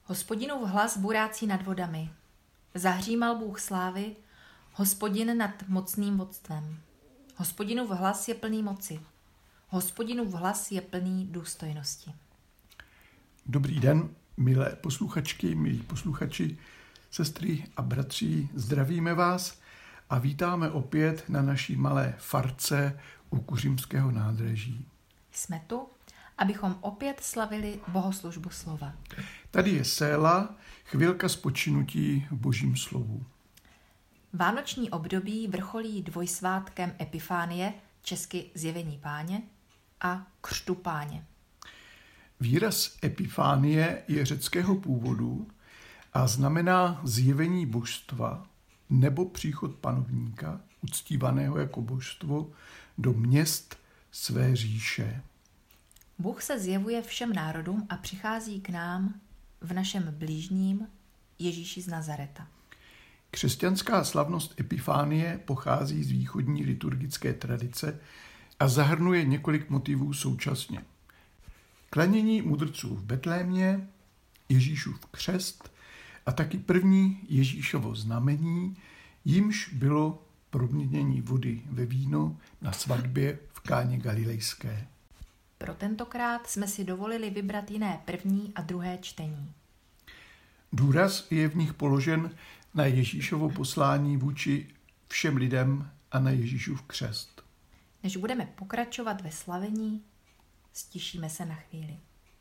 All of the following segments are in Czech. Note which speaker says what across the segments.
Speaker 1: Hospodinův hlas burácí nad vodami. Zahřímal Bůh slávy, Hospodin nad mocným vodstvem. Hospodinův hlas je plný moci. Hospodinův hlas je plný důstojnosti.
Speaker 2: Dobrý den, milé posluchačky, milí posluchači, sestry a bratři, zdravíme vás a vítáme opět na naší malé farce u Kuřimského nádraží.
Speaker 1: Jsme tu, abychom opět slavili bohoslužbu slova.
Speaker 2: Tady je séla, chvilka spočinutí v Božím slovu.
Speaker 1: Vánoční období vrcholí dvojsvátkem Epifánie, česky Zjevení Páně, a Křtu Páně.
Speaker 2: Výraz Epifánie je řeckého původu a znamená zjevení božstva nebo příchod panovníka, uctívaného jako božstvo, do měst své říše.
Speaker 1: Bůh se zjevuje všem národům a přichází k nám v našem blížním Ježíši z Nazareta.
Speaker 2: Křesťanská slavnost Epifánie pochází z východní liturgické tradice a zahrnuje několik motivů současně. Klanění mudrců v Betlémě, Ježíšův křest a taky první Ježíšovo znamení, jímž bylo proměnění vody ve víno na svatbě v Káně Galilejské.
Speaker 1: Pro tentokrát jsme si dovolili vybrat jiné první a druhé čtení.
Speaker 2: Důraz je v nich položen na Ježíšovo poslání vůči všem lidem a na Ježíšův křest.
Speaker 1: Než budeme pokračovat ve slavení, stišíme se na chvíli.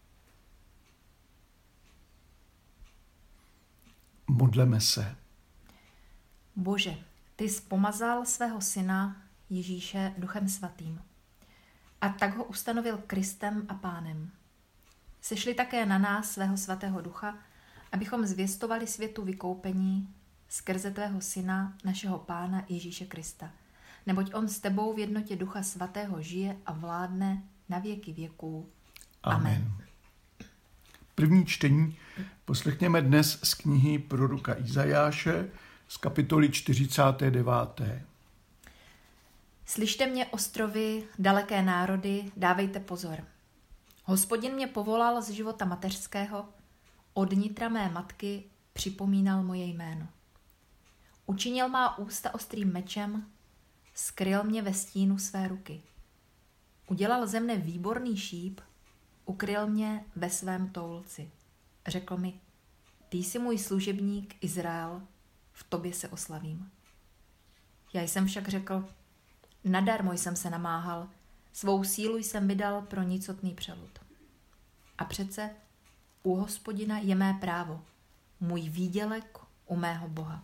Speaker 2: Modleme se.
Speaker 1: Bože, ty jsi pomazal svého syna Ježíše Duchem Svatým a tak ho ustanovil Kristem a Pánem. Sešli také na nás svého svatého Ducha, abychom zvěstovali světu vykoupení skrze tvého syna, našeho Pána Ježíše Krista. Neboť on s tebou v jednotě Ducha Svatého žije a vládne na věky věků. Amen.
Speaker 2: První čtení poslechněme dnes z knihy proroka Izajáše z kapitoly 49.
Speaker 1: Slyšte mě, ostrovy, daleké národy, dávejte pozor. Hospodin mě povolal z života mateřského, od nitra mé matky připomínal moje jméno. Učinil má ústa ostrým mečem, skryl mě ve stínu své ruky. Udělal ze mne výborný šíp, ukryl mě ve svém toulci. Řekl mi, ty jsi můj služebník Izrael, v tobě se oslavím. Já jsem však řekl, nadarmo jsem se namáhal, svou sílu jsem vydal pro nicotný přelud. A přece u Hospodina je mé právo, můj výdělek u mého Boha.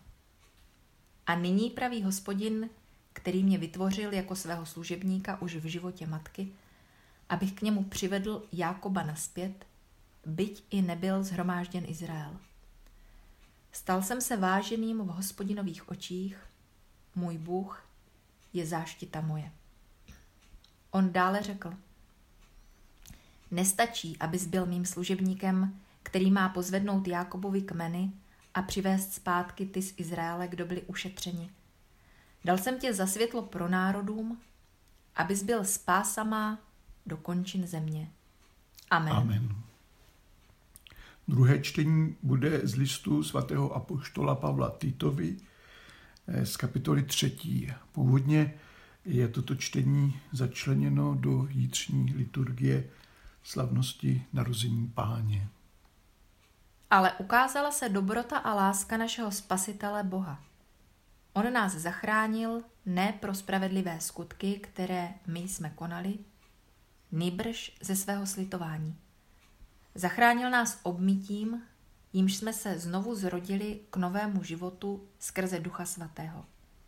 Speaker 1: A nyní praví Hospodin, který mě vytvořil jako svého služebníka už v životě matky, abych k němu přivedl Jákoba nazpět, byť i nebyl shromážděn Izrael. Stal jsem se váženým v Hospodinových očích, můj Bůh je záštita moje. On dále řekl, nestačí, abys byl mým služebníkem, který má pozvednout Jákobovi kmeny a přivést zpátky ty z Izraele, kdo byli ušetřeni. Dal jsem tě za světlo pro národům, abys byl spása má do končin země. Amen.
Speaker 2: Amen. Druhé čtení bude z listu svatého apoštola Pavla Titovi z kapitoly 3. Původně je toto čtení začleněno do jitřní liturgie slavnosti narození Páně.
Speaker 1: Ale ukázala se dobrota a láska našeho Spasitele Boha. On nás zachránil ne pro spravedlivé skutky, které my jsme konali, nýbrž ze svého slitování. Zachránil nás obmytím, jímž jsme se znovu zrodili k novému životu skrze Ducha Svatého.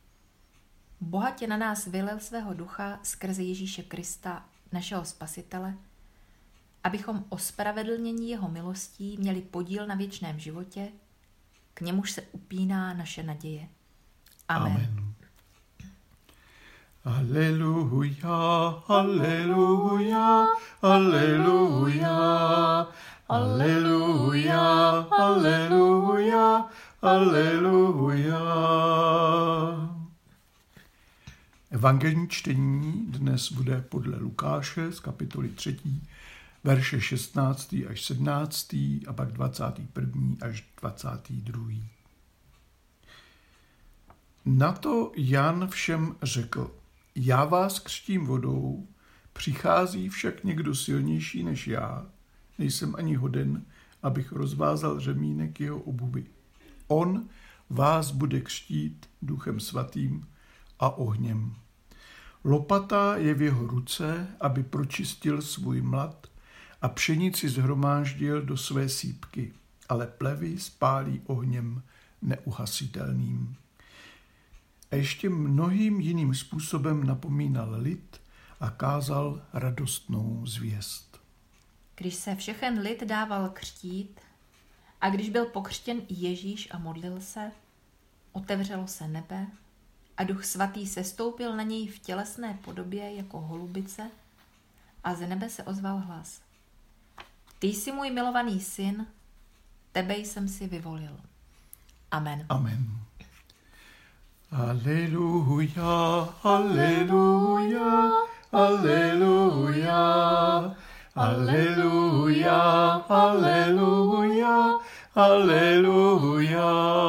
Speaker 1: Bohatě na nás vylil svého ducha skrze Ježíše Krista, našeho Spasitele, abychom ospravedlnění jeho milostí měli podíl na věčném životě, k němuž se upíná naše naděje. Amen.
Speaker 2: Amen. Aleluja, aleluja, aleluja, aleluja, aleluja, aleluja. Evangelní čtení dnes bude podle Lukáše z kapitoly 3. verše 16. až 17. a pak 21. až 22. Na to Jan všem řekl: Já vás křtím vodou, přichází však někdo silnější než já, nejsem ani hoden, abych rozvázal řemínek jeho obuvi. On vás bude křtít Duchem svatým a ohněm. Lopata je v jeho ruce, aby pročistil svůj mlad a pšenici shromáždil do své sýpky, ale plevy spálí ohněm neuhasitelným. A ještě mnohým jiným způsobem napomínal lid a kázal radostnou zvěst.
Speaker 1: Když se všechen lid dával křtít a když byl pokřtěn i Ježíš a modlil se, otevřelo se nebe a Duch svatý sestoupil na něj v tělesné podobě jako holubice a ze nebe se ozval hlas: Ty jsi můj milovaný syn, tebe jsem si vyvolil. Amen.
Speaker 2: Amen. Aleluja, aleluja, aleluja, aleluja, aleluja, aleluja.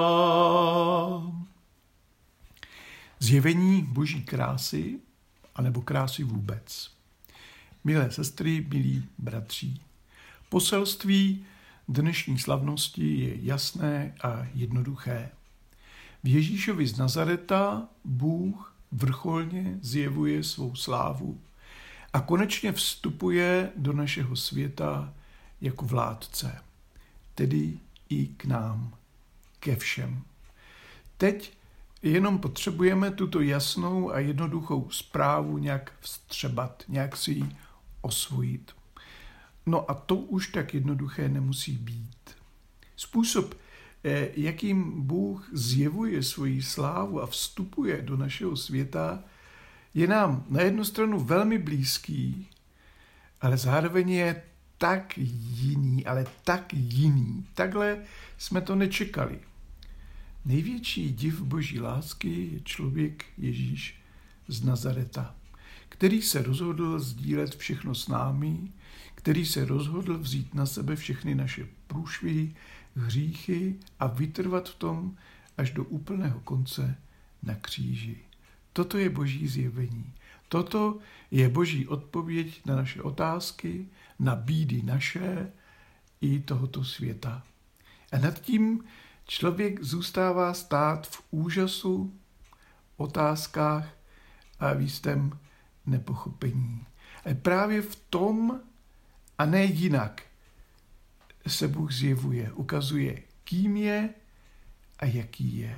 Speaker 2: Zjevení boží krásy, anebo krásy vůbec. Milé sestry, milí bratři, poselství dnešní slavnosti je jasné a jednoduché. V Ježíšovi z Nazareta Bůh vrcholně zjevuje svou slávu a konečně vstupuje do našeho světa jako vládce, tedy i k nám, ke všem. Teď jenom potřebujeme tuto jasnou a jednoduchou zprávu nějak vstřebat, nějak si ji osvojit. No a to už tak jednoduché nemusí být. Způsob, jakým Bůh zjevuje svoji slávu a vstupuje do našeho světa, je nám na jednu stranu velmi blízký, ale zároveň je tak jiný, ale tak jiný. Takhle jsme to nečekali. Největší div boží lásky je člověk Ježíš z Nazareta, který se rozhodl sdílet všechno s námi, který se rozhodl vzít na sebe všechny naše průšvihy, hříchy a vytrvat v tom až do úplného konce na kříži. Toto je boží zjevení. Toto je boží odpověď na naše otázky, na bídy naše i tohoto světa. A nad tím člověk zůstává stát v úžasu, otázkách a v jistém nepochopení. A právě v tom a ne jinak se Bůh zjevuje, ukazuje, kým je a jaký je.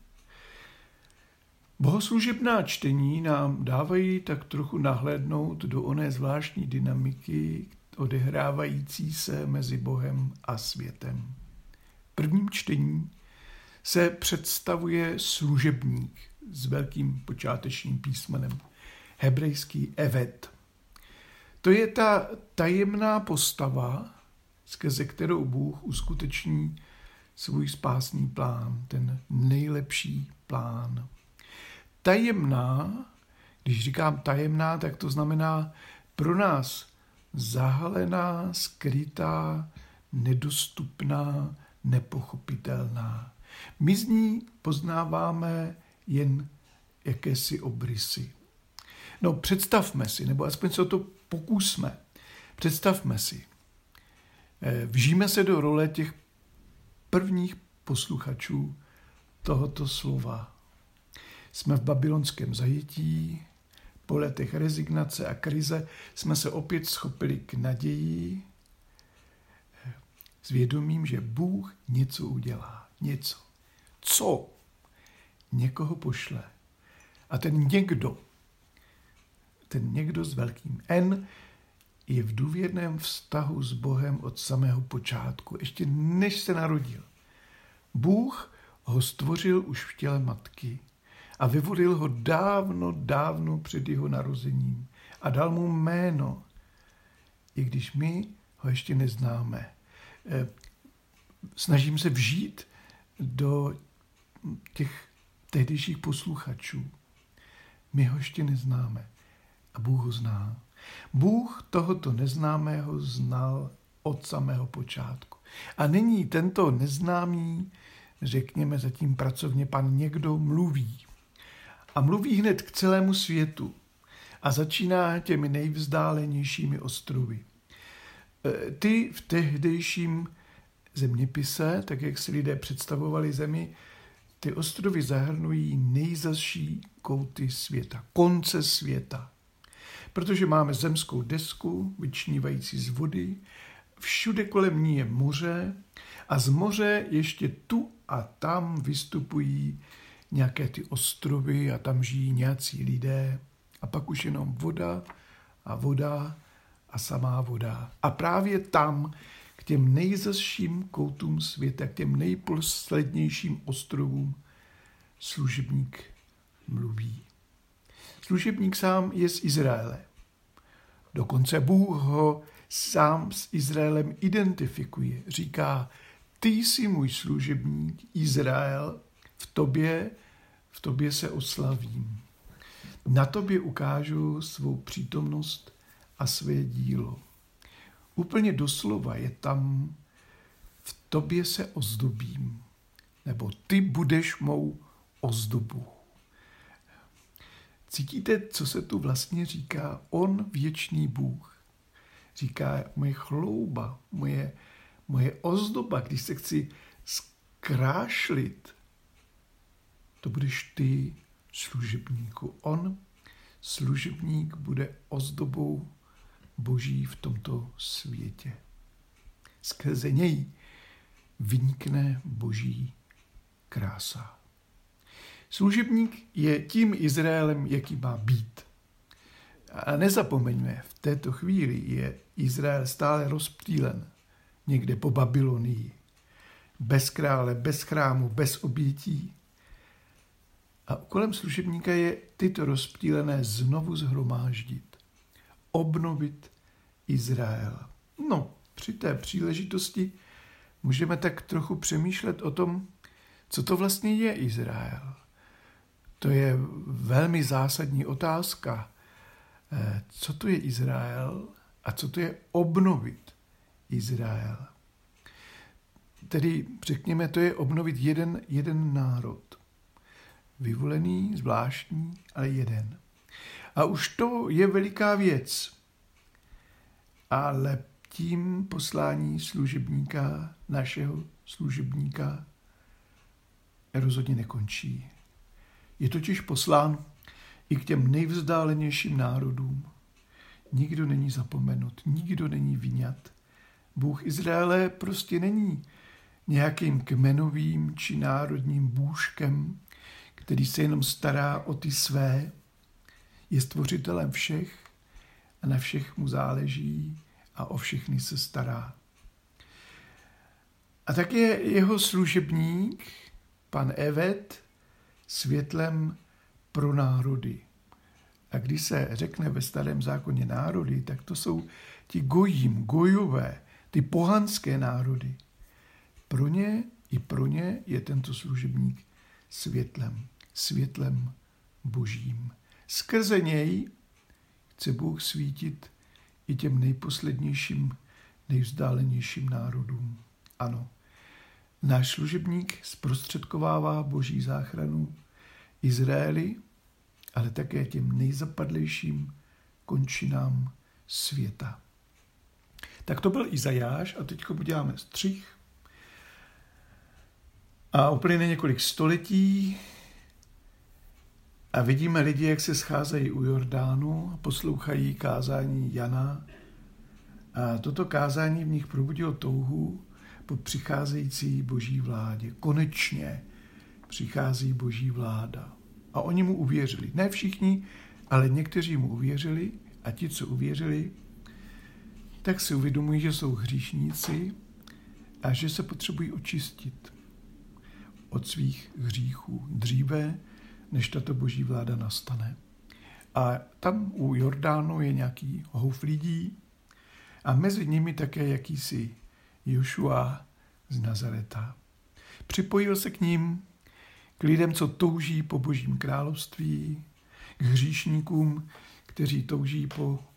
Speaker 2: Bohoslužebná čtení nám dávají tak trochu nahlédnout do oné zvláštní dynamiky odehrávající se mezi Bohem a světem. V prvním čtení se představuje služebník s velkým počátečním písmenem, hebrejský Evet. To je ta tajemná postava, skrze kterou Bůh uskuteční svůj spásný plán, ten nejlepší plán. Tajemná, když říkám tajemná, tak to znamená pro nás zahalená, skrytá, nedostupná, nepochopitelná. My z ní poznáváme jen jakési obrysy. No, představme si, nebo aspoň se o to pokusme. Představme si. Vžijme se do role těch prvních posluchačů tohoto slova. Jsme v babylonském zajetí, po letech rezignace a krize jsme se opět schopili k naději s vědomím, že Bůh něco udělá. Něco. Co? Někoho pošle. A ten někdo s velkým N, je v důvěrném vztahu s Bohem od samého počátku, ještě než se narodil. Bůh ho stvořil už v těle matky a vyvolil ho dávno před jeho narozením a dal mu jméno, i když my ho ještě neznáme. Snažím se vžít do těch tehdejších posluchačů. My ho ještě neznáme a Bůh ho zná. Bůh tohoto neznámého znal od samého počátku. A nyní tento neznámý, řekněme zatím pracovně, pan někdo mluví. A mluví hned k celému světu. A začíná těmi nejvzdálenějšími ostrovy. Ty v tehdejším zeměpise, tak jak si lidé představovali zemi, ty ostrovy zahrnují nejzazší kouty světa, konce světa. Protože máme zemskou desku, vyčnívající z vody, všude kolem ní je moře a z moře ještě tu a tam vystupují nějaké ty ostrovy a tam žijí nějací lidé a pak už jenom voda a voda a samá voda. A právě tam, k těm nejzazším koutům světa, k těm nejposlednějším ostrovům, služebník mluví. Služebník sám je z Izraele. Dokonce Bůh ho sám s Izraelem identifikuje. Říká, ty jsi můj služebník, Izrael, v tobě se oslavím. Na tobě ukážu svou přítomnost a své dílo. Úplně doslova je tam, v tobě se ozdobím, nebo ty budeš mou ozdobou. Cítíte, co se tu vlastně říká? On, věčný Bůh, říká, moje chlouba, moje ozdoba, když se chci zkrášlit, to budeš ty, služebníku. On, služebník, bude ozdobou Boží v tomto světě. Skrze něj vynikne Boží krása. Služebník je tím Izraelem, jaký má být. A nezapomeňme, v této chvíli je Izrael stále rozptýlen někde po Babylonii. Bez krále, bez chrámu, bez obětí. A úkolem služebníka je tyto rozptýlené znovu shromáždit. Obnovit Izrael. No, při té příležitosti můžeme tak trochu přemýšlet o tom, co to vlastně je Izrael. To je velmi zásadní otázka. Co to je Izrael a co to je obnovit Izrael? Tedy řekněme, to je obnovit jeden národ. Vyvolený, zvláštní, ale jeden. A už to je veliká věc. Ale tím poslání služebníka, našeho služebníka, rozhodně nekončí. Je totiž poslán i k těm nejvzdálenějším národům. Nikdo není zapomenut, nikdo není vyňat. Bůh Izraele prostě není nějakým kmenovým či národním bůžkem, který se jenom stará o ty své, je stvořitelem všech a na všech mu záleží a o všechny se stará. A tak je jeho služebník, pan Evet, světlem pro národy. A když se řekne ve Starém zákoně národy, tak to jsou ti gojové, ty pohanské národy. Pro ně je tento služebník světlem Božím. Skrze něj chce Bůh svítit i těm nejposlednějším, nejvzdálenějším národům. Ano, náš služebník zprostředkovává Boží záchranu Izraeli, ale také těm nejzapadlejším končinám světa. Tak to byl Izajáš a teď uděláme střih. A uplyne několik století a vidíme lidi, jak se scházejí u Jordánu a poslouchají kázání Jana. A toto kázání v nich probudilo touhu po přicházející Boží vládě. Konečně přichází Boží vláda. A oni mu uvěřili. Ne všichni, ale někteří mu uvěřili a ti, co uvěřili, tak si uvědomují, že jsou hříšníci a že se potřebují očistit od svých hříchů dříve, než tato Boží vláda nastane. A tam u Jordánu je nějaký houf lidí a mezi nimi také jakýsi Jošua z Nazareta. Připojil se k ním, k lidem, co touží po Božím království, k hříšníkům, kteří touží po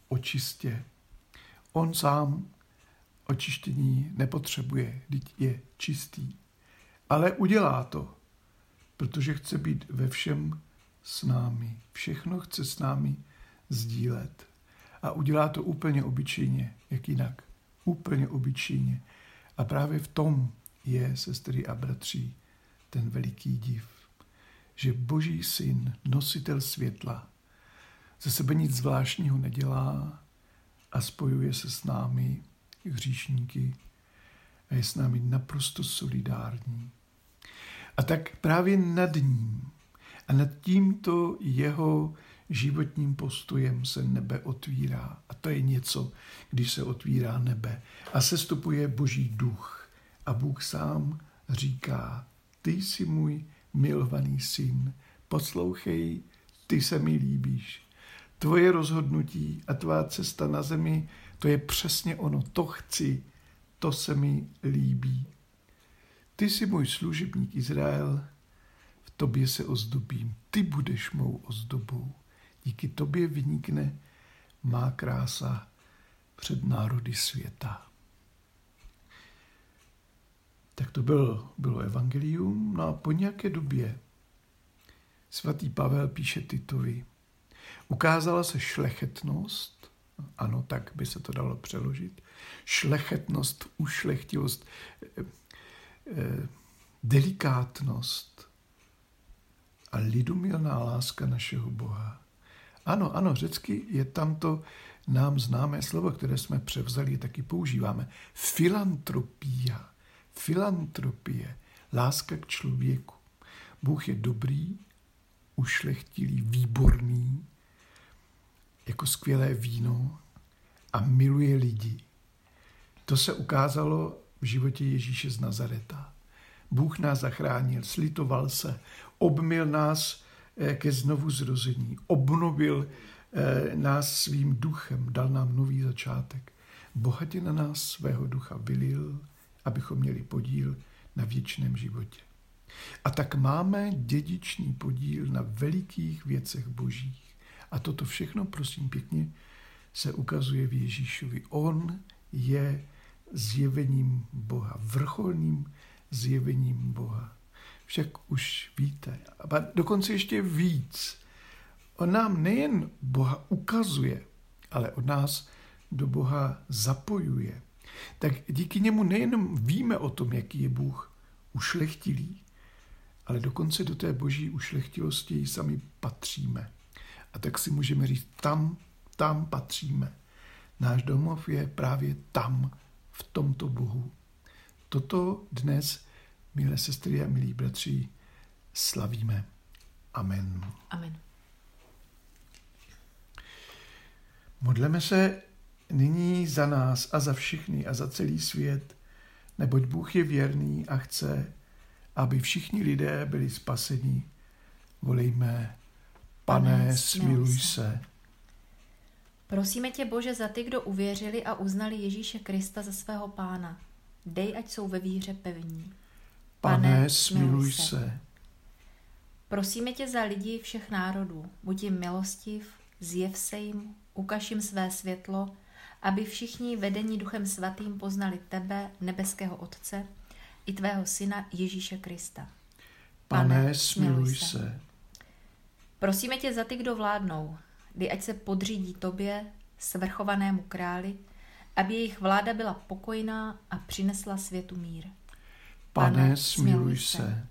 Speaker 2: očistě. On sám očištění nepotřebuje, vždyť je čistý. Ale udělá to, protože chce být ve všem s námi. Všechno chce s námi sdílet. A udělá to úplně obyčejně, jak jinak. Úplně obyčejně. A právě v tom je, sestry a bratři, ten veliký div. Že Boží syn, nositel světla, ze sebe nic zvláštního nedělá a spojuje se s námi, hříšníky, a je s námi naprosto solidární. A tak právě nad ním a nad tímto jeho životním postojem se nebe otvírá. A to je něco, když se otvírá nebe. A sestupuje Boží duch. A Bůh sám říká, ty jsi můj milovaný syn, poslouchej, ty se mi líbíš. Tvoje rozhodnutí a tvá cesta na zemi, to je přesně ono, to chci, to se mi líbí. Ty jsi můj služebník Izrael, v tobě se ozdobím, ty budeš mou ozdobou. Díky tobě vynikne má krása před národy světa. Tak to bylo evangelium. No a po nějaké době svatý Pavel píše Titovi. Ukázala se šlechetnost, ano, tak by se to dalo přeložit, šlechetnost, ušlechtilost, delikátnost a lidumilná láska našeho Boha. Ano, řecky je tamto nám známé slovo, které jsme převzali, taky používáme. Filantropie, láska k člověku. Bůh je dobrý, ušlechtilý, výborný, jako skvělé víno a miluje lidi. To se ukázalo v životě Ježíše z Nazareta. Bůh nás zachránil, slitoval se, obmyl nás ke znovuzrození, obnovil nás svým duchem, dal nám nový začátek. Bohatě na nás svého ducha vylil, abychom měli podíl na věčném životě. A tak máme dědičný podíl na velikých věcech božích. A toto všechno, prosím pěkně, se ukazuje v Ježíšovi. On je zjevením Boha, vrcholným zjevením Boha. Však už víte, a dokonce ještě víc. On nám nejen Boha ukazuje, ale on nás do Boha zapojuje. Tak díky němu nejenom víme o tom, jaký je Bůh ušlechtilý, ale dokonce do té boží ušlechtilosti sami patříme. A tak si můžeme říct, tam patříme. Náš domov je právě tam, v tomto Bohu. Toto dnes, milé sestry a milí bratři, slavíme. Amen.
Speaker 1: Amen.
Speaker 2: Modleme se nyní za nás a za všechny a za celý svět, neboť Bůh je věrný a chce, aby všichni lidé byli spaseni. Volejme, Pane, smiluj se.
Speaker 1: Prosíme tě, Bože, za ty, kdo uvěřili a uznali Ježíše Krista za svého Pána. Dej, ať jsou ve víře pevní.
Speaker 2: Pane, smiluj se.
Speaker 1: Prosíme tě za lidi všech národů. Buď jim milostiv, zjev se jim, ukaž jim své světlo, aby všichni vedení Duchem Svatým poznali tebe, nebeského Otce, i tvého Syna Ježíše Krista.
Speaker 2: Pane, smiluj se.
Speaker 1: Prosíme tě za ty, kdo vládnou. Dej, ať se podřídí tobě, svrchovanému králi, aby jejich vláda byla pokojná a přinesla světu mír.
Speaker 2: Pane, smiluj se.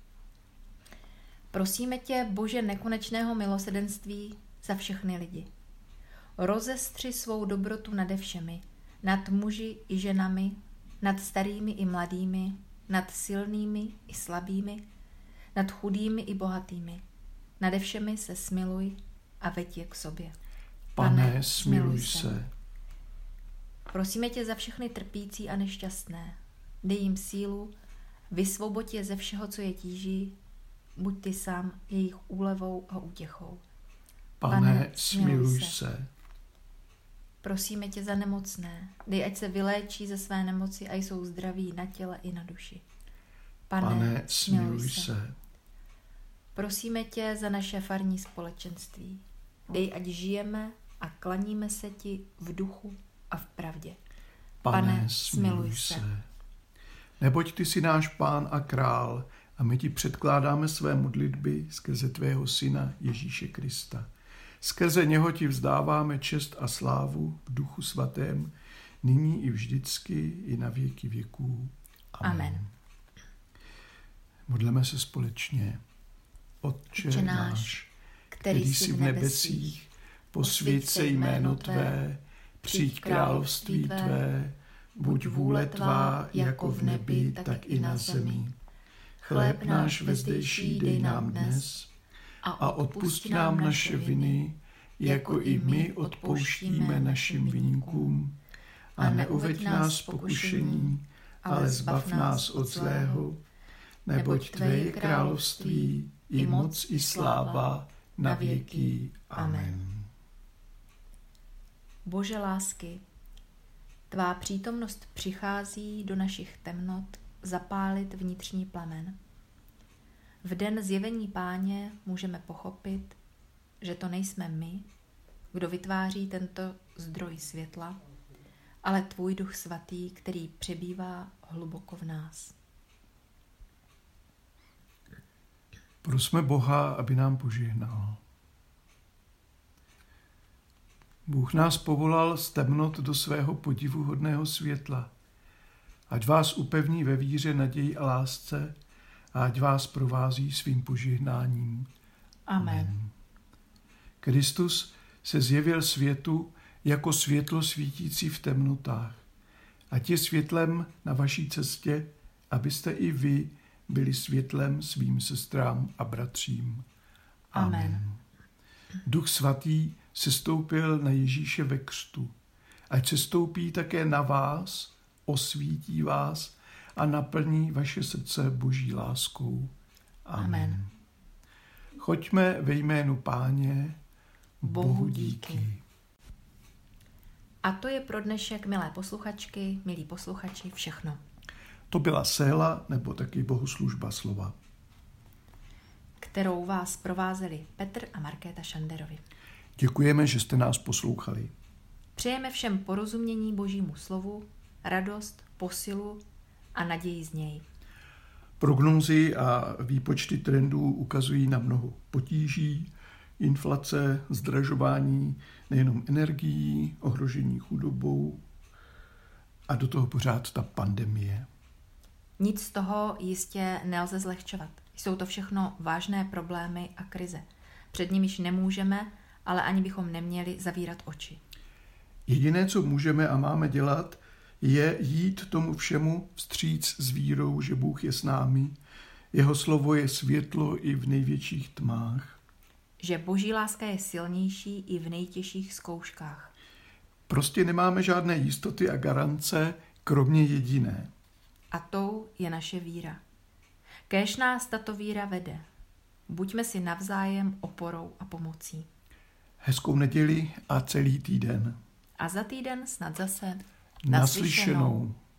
Speaker 1: Prosíme tě, Bože nekonečného milosedenství, za všechny lidi. Rozestři svou dobrotu nade všemi, nad muži i ženami, nad starými i mladými, nad silnými i slabými, nad chudými i bohatými. Nade všemi se smiluj a veď je k sobě.
Speaker 2: Pane, smiluj se.
Speaker 1: Prosíme tě za všechny trpící a nešťastné. Dej jim sílu, vysvoboď je ze všeho, co je tíží, buď ty sám jejich úlevou a útěchou.
Speaker 2: Pane, smiluj se.
Speaker 1: Prosíme tě za nemocné. Dej, ať se vyléčí ze své nemoci a jsou zdraví na těle i na duši.
Speaker 2: Pane, smiluj se.
Speaker 1: Prosíme tě za naše farní společenství. Dej, ať žijeme a klaníme se ti v duchu a v pravdě.
Speaker 2: Pane, smiluj se. Neboť ty jsi náš Pán a Král a my ti předkládáme své modlitby skrze tvého Syna Ježíše Krista. Skrze něho ti vzdáváme čest a slávu v Duchu Svatém, nyní i vždycky, i na věky věků. Amen. Modleme se společně. Otče náš, který jsi v nebesích, posvěť se jméno tvé, přijď království tvé, buď vůle tvá jako v nebi, tak i na zemi. Chléb náš vezdejší dej nám dnes a odpusť nám naše viny, jako i my odpouštíme našim viníkům. A neuveď nás pokušení, ale zbav nás od zlého, neboť tvé je království, i moc, i sláva, na věky. Amen.
Speaker 1: Bože lásky, tvá přítomnost přichází do našich temnot zapálit vnitřní plamen. V den zjevení Páně můžeme pochopit, že to nejsme my, kdo vytváří tento zdroj světla, ale tvůj Duch Svatý, který přebývá hluboko v nás.
Speaker 2: Prosme Boha, aby nám požehnal. Bůh nás povolal z temnot do svého podivuhodného světla. Ať vás upevní ve víře, naději a lásce a ať vás provází svým požehnáním.
Speaker 1: Amen.
Speaker 2: Kristus se zjevil světu jako světlo svítící v temnotách. Ať je světlem na vaší cestě, abyste i vy byli světlem svým sestrám a bratřím.
Speaker 1: Amen.
Speaker 2: Duch Svatý sestoupil na Ježíše ve křtu. Ať sestoupí také na vás, osvítí vás a naplní vaše srdce Boží láskou. Amen. Choďme ve jménu Páně, Bohu díky.
Speaker 1: A to je pro dnešek, milé posluchačky, milí posluchači, všechno.
Speaker 2: To byla séla, nebo taky bohoslužba slova,
Speaker 1: kterou vás provázeli Petr a Markéta Šanderovi.
Speaker 2: Děkujeme, že jste nás poslouchali.
Speaker 1: Přejeme všem porozumění Božímu slovu, radost, posilu a naději z něj.
Speaker 2: Prognózy a výpočty trendů ukazují na mnoho potíží, inflace, zdražování nejenom energií, ohrožení chudobou a do toho pořád ta pandemie.
Speaker 1: Nic z toho jistě nelze zlehčovat. Jsou to všechno vážné problémy a krize. Před nimiž nemůžeme, ale ani bychom neměli zavírat oči.
Speaker 2: Jediné, co můžeme a máme dělat, je jít tomu všemu vstříc s vírou, že Bůh je s námi, jeho slovo je světlo i v největších tmách.
Speaker 1: Že Boží láska je silnější i v nejtěžších zkouškách.
Speaker 2: Prostě nemáme žádné jistoty a garance, kromě jediné.
Speaker 1: A tou je naše víra. Kéž nás tato víra vede. Buďme si navzájem oporou a pomocí.
Speaker 2: Hezkou neděli a celý týden.
Speaker 1: A za týden snad zase
Speaker 2: Naslyšenou.